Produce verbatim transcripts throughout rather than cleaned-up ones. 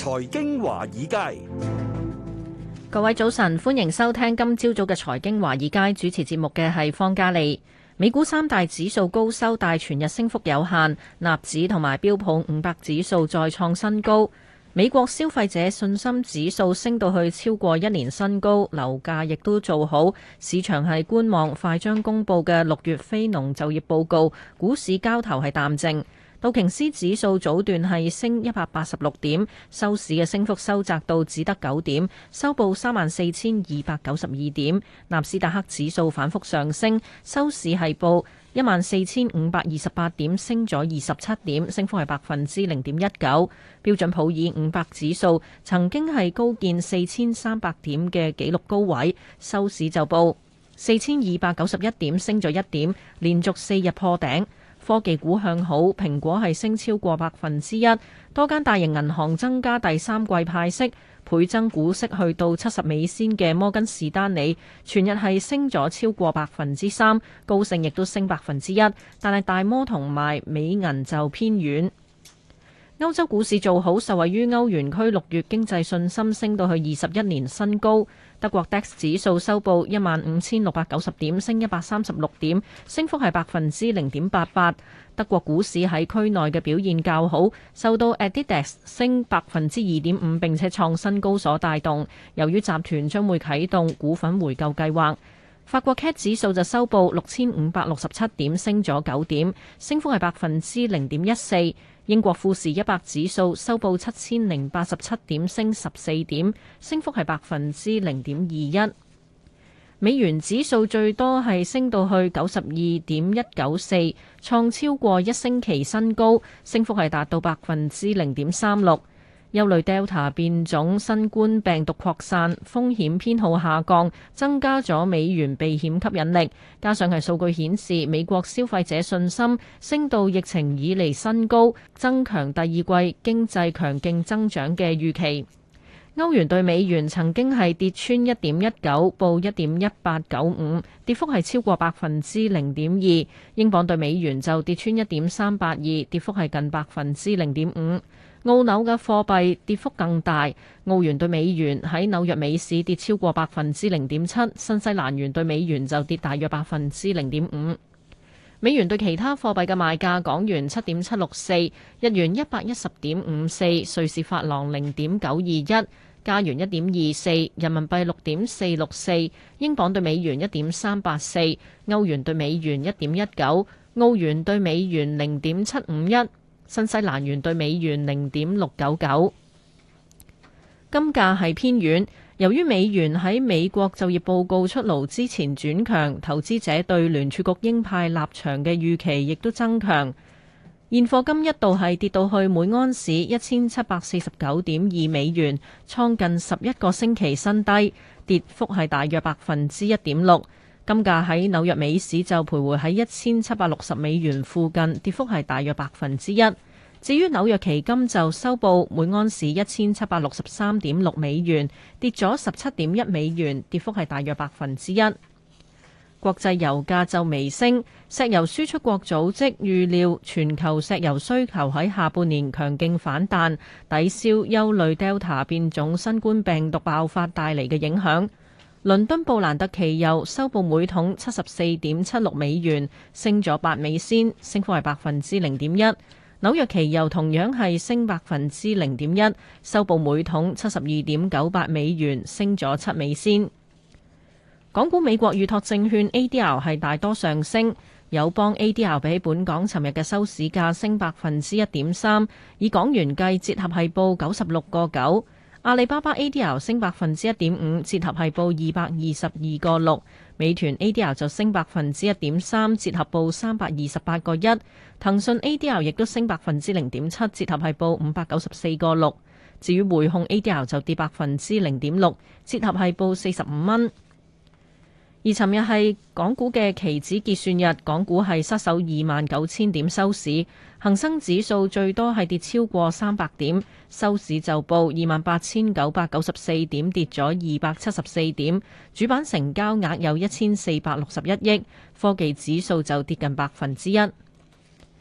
財經華爾街， 各位早晨，歡迎收聽今朝早嘅財經華爾街，主持節目嘅係方嘉利。美股三大指數高收，但全日升幅有限，納指同埋標普五百指數再創新高。美國消費者信心指數升到去超過一年新高，樓價亦都做好，市場係觀望快將公布嘅六月非農就業報告，股市交投係淡靜。道瓊斯指數早段係升一百八十六點，收市嘅升幅收窄到只得九點，收報三萬四千二百九十二點。納斯達克指數反覆上升，收市係報一萬四千五百二十八點，升咗二十七點，升幅係百分之零點一九。標準普爾五百指數曾經係高見四千三百點嘅紀錄高位，收市就報四千二百九十一點，升咗一點，連續四日破頂。科技股向好，蘋果係升超過百分之一，多間大型銀行增加第三季派息，倍增股息去到七十美仙嘅摩根士丹利，全日係升咗超過百分之三，高盛亦都升百分之一，但係大摩同埋美銀就偏軟。歐洲股市做好，受惠於歐元區六月經濟信心升到去二十一年新高。德國 D A X 指數收報一萬五千六百九十點，升一百三十六點，升幅係百分之零點八八。德國股市喺區內嘅表現較好，受到 Adidas 升百分之二點五並且創新高所帶動。由於集團將會啟動股份回購計劃。法國 C A C 指數就收報六千五百六十七點，升咗九點，升幅係百分之零點一四。英國富時一百指數收報七千零八十七點，升十四點，升幅係百分之零點二一。美元指數最多係升到去九十二點一九四，創超過一星期新高，升幅係達到百分之零點三六。憂慮 Delta 變種新冠病毒擴散，風險偏好下降，增加咗美元避險吸引力。加上係數據顯示美國消費者信心升到疫情以嚟新高，增強第二季經濟強勁增長嘅預期。歐元對美元曾經係跌穿一點一九，報一點一八九五，跌幅係超過百分之零點二。英鎊對美元就跌穿一點三八二，跌幅係近百分之零點五。澳紐嘅貨幣跌幅更大，澳元對美元喺紐約美市跌超過百分之零點七，新西蘭元對美元就跌大約百分之零點五。美元對其他貨幣嘅賣價：港元七點七六四，日元一百一十點五四，瑞士法郎零點九二一，加元一點二四，人民幣六點四六四，英鎊對美元一點三八四，歐元對美元一點一九，澳元對美元零點七五一。新西蘭元對美元零點六九九。金價係偏軟，由於美元喺美國就業報告出爐之前轉強，投資者對聯儲局鷹派立場嘅預期亦都增強。現貨金一度係跌到去每盎司一千七百四十九點二美元，創近十一個星期新低，跌幅係大約百分之一點六。金價喺紐約美市就徘徊喺一千七百六十美元附近，跌幅係大約百分之一。至於紐約期金就收報每盎司一千七百六十三點六美元，跌咗十七點一美元，跌幅係大約百分之一。國際油價就微升，石油輸出國組織預料全球石油需求喺下半年強勁反彈，抵消憂慮 Delta 變種新冠病毒爆發帶嚟嘅影響。倫敦布蘭特期油收報每桶七十四點七六美元，升咗八美仙，升幅係百分之零點一。紐約期油同樣係升百分之零點一，收報每桶七十二點九八美元，升咗七美仙。港股美國預託證券 A D R 係大多上升，友邦 A D R 比起本港尋日嘅收市價升百分之一點三，以港元計，折合係報九十六個九。阿里巴巴 A D R 升百分之一點五，折合係報二百二十二個六。美團 A D R 就升百分之一點三，折合報三百二十八個一。騰訊 A D R 亦都升百分之零點七，折合係報五百九十四個六。至於匯控 A D R 就跌百分之零點六，折合係報四十五蚊。而尋日係港股嘅期指結算日，港股係失守二萬九千點收市，恒生指數最多係跌超過三百點，收市就報二萬八千九百九十四點，跌咗二百七十四點，主板成交額有一千四百六十一億，科技指數就跌近百分之一。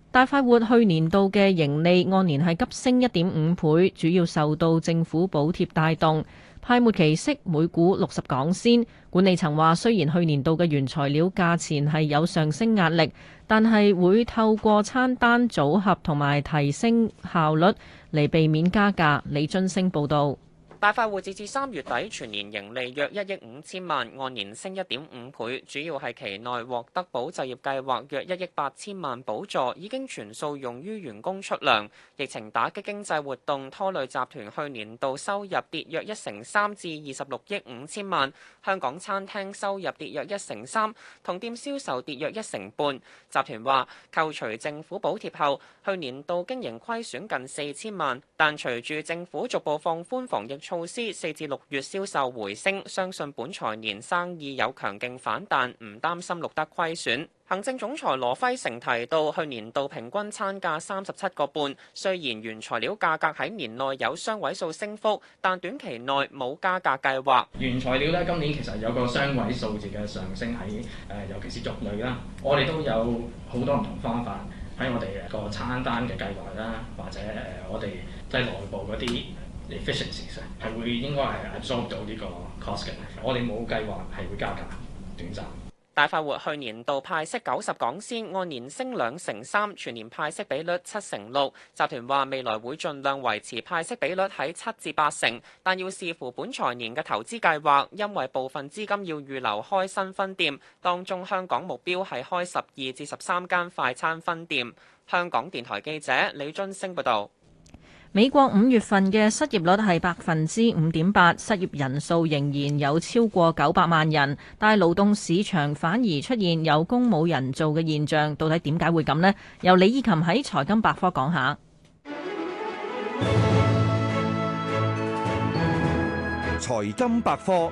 大快活去年度嘅盈利按年係急升一點五倍，主要受到政府補貼帶動。派末期息每股六十港仙。管理層話，雖然去年度嘅原材料價錢係有上升壓力，但係會透過餐單組合同埋提升效率嚟避免加價。李津升報導。 大快活截至三月底全年盈利約一億五千萬，按年升一點五倍，主要係期內獲得保就業計劃約一億八千萬補助，已經全數用於員工出糧。疫情打擊經濟活動拖累集團去年度收入跌約一成三至二十六億五千萬，香港餐廳收入跌約一成三，同店銷售跌約一成半。集團話扣除政府補貼後，去年度經營虧損近四千萬，但隨住政府逐步放寬防疫措施，四至六月銷售回升，相信本財年生意有強勁反彈，唔擔心錄得虧損。行政總裁羅輝成提到，去年度平均餐價三十七個半，雖然原材料價格喺年內有雙位數升幅，但短期內冇加價計劃。 原材料咧今年其實有個雙位數字嘅上升喺誒，尤其是肉類啦，我哋都有好多唔同方法喺我哋個餐單嘅計劃啦，或者誒我哋即係內部嗰啲efficiencies 係會應該係 absorb 到呢個 cost 嘅，我哋冇計劃係會加價短暫。 大快活去年度派息九十港仙，按年升兩成三，全年派息比率七成六。集團話未來會盡量維持派息比率喺七至八成，但要視乎本財年嘅投資計劃，因為部分資金要預留開新分店，當中香港目標係開十二至十三間快餐分店。香港電台記者李津升報導。 美國五月份嘅失業率係百分之五點八，失業人數仍然有超過九百萬人，但係勞動市場反而出現有工冇人做嘅現象，到底點解會咁呢？由李以琴喺財金百科講下。 財金百科。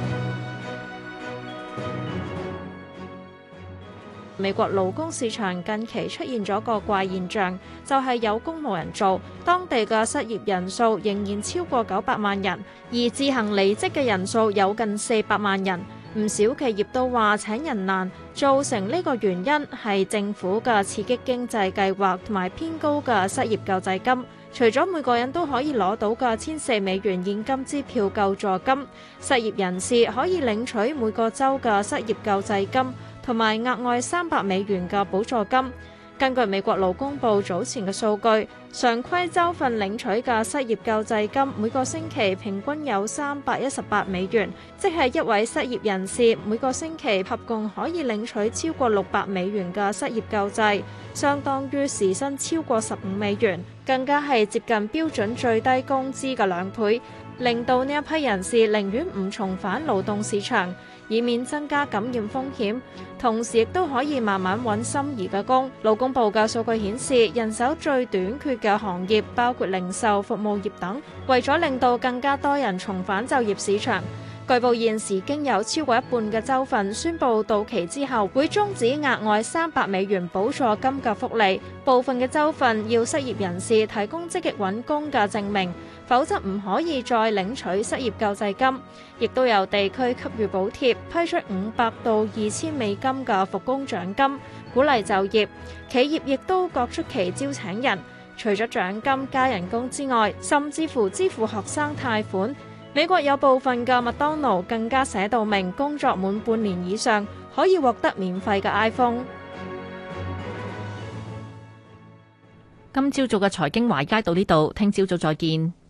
美國勞工市場近期出現咗個怪現象，就係有工冇人做，當地嘅失業人數仍然超過九百萬人，而自行離職嘅人數有近四百萬人。唔少企業都話請人難，造成呢個原因係政府嘅刺激經濟計劃同埋偏高嘅失業救濟金。除咗每個人都可以攞到嘅千四美元現金支票救助金，失業人士可以領取每個州嘅失業救濟金同埋額外三百美元嘅補助金。根據美國勞工部早前嘅數據，常規州份領取嘅失業救濟金每個星期平均有三百一十八美元，即係一位失業人士每個星期合共可以領取超過六百美元嘅失業救濟，相當於時薪超過十五美元，更加係接近標準最低工資嘅兩倍，令到呢一批人士寧願唔重返勞動市場，以免增加感染風險，同時亦都可以慢慢揾心儀嘅工。勞工部嘅數據顯示，人手最短缺嘅行業包括零售、服務業等。為咗令到更加多人重返就業市場，據報現時經有超過一半嘅州份宣布到期之後會終止額外三百美元補助金嘅福利，部分嘅州份要失業人士提供積極揾工嘅證明，否則唔可以再領取失業救濟金。亦都有地區給予補貼，批出五百到二千美金嘅復工獎金，鼓勵就業。企業亦都各出奇招請人，除咗獎金加人工之外，甚至乎支付學生貸款。美國有部分嘅麥當勞更加寫到明，工作滿半年以上可以獲得免費嘅 iPhone。 今朝早嘅財經華爾街到呢度，聽朝早再見。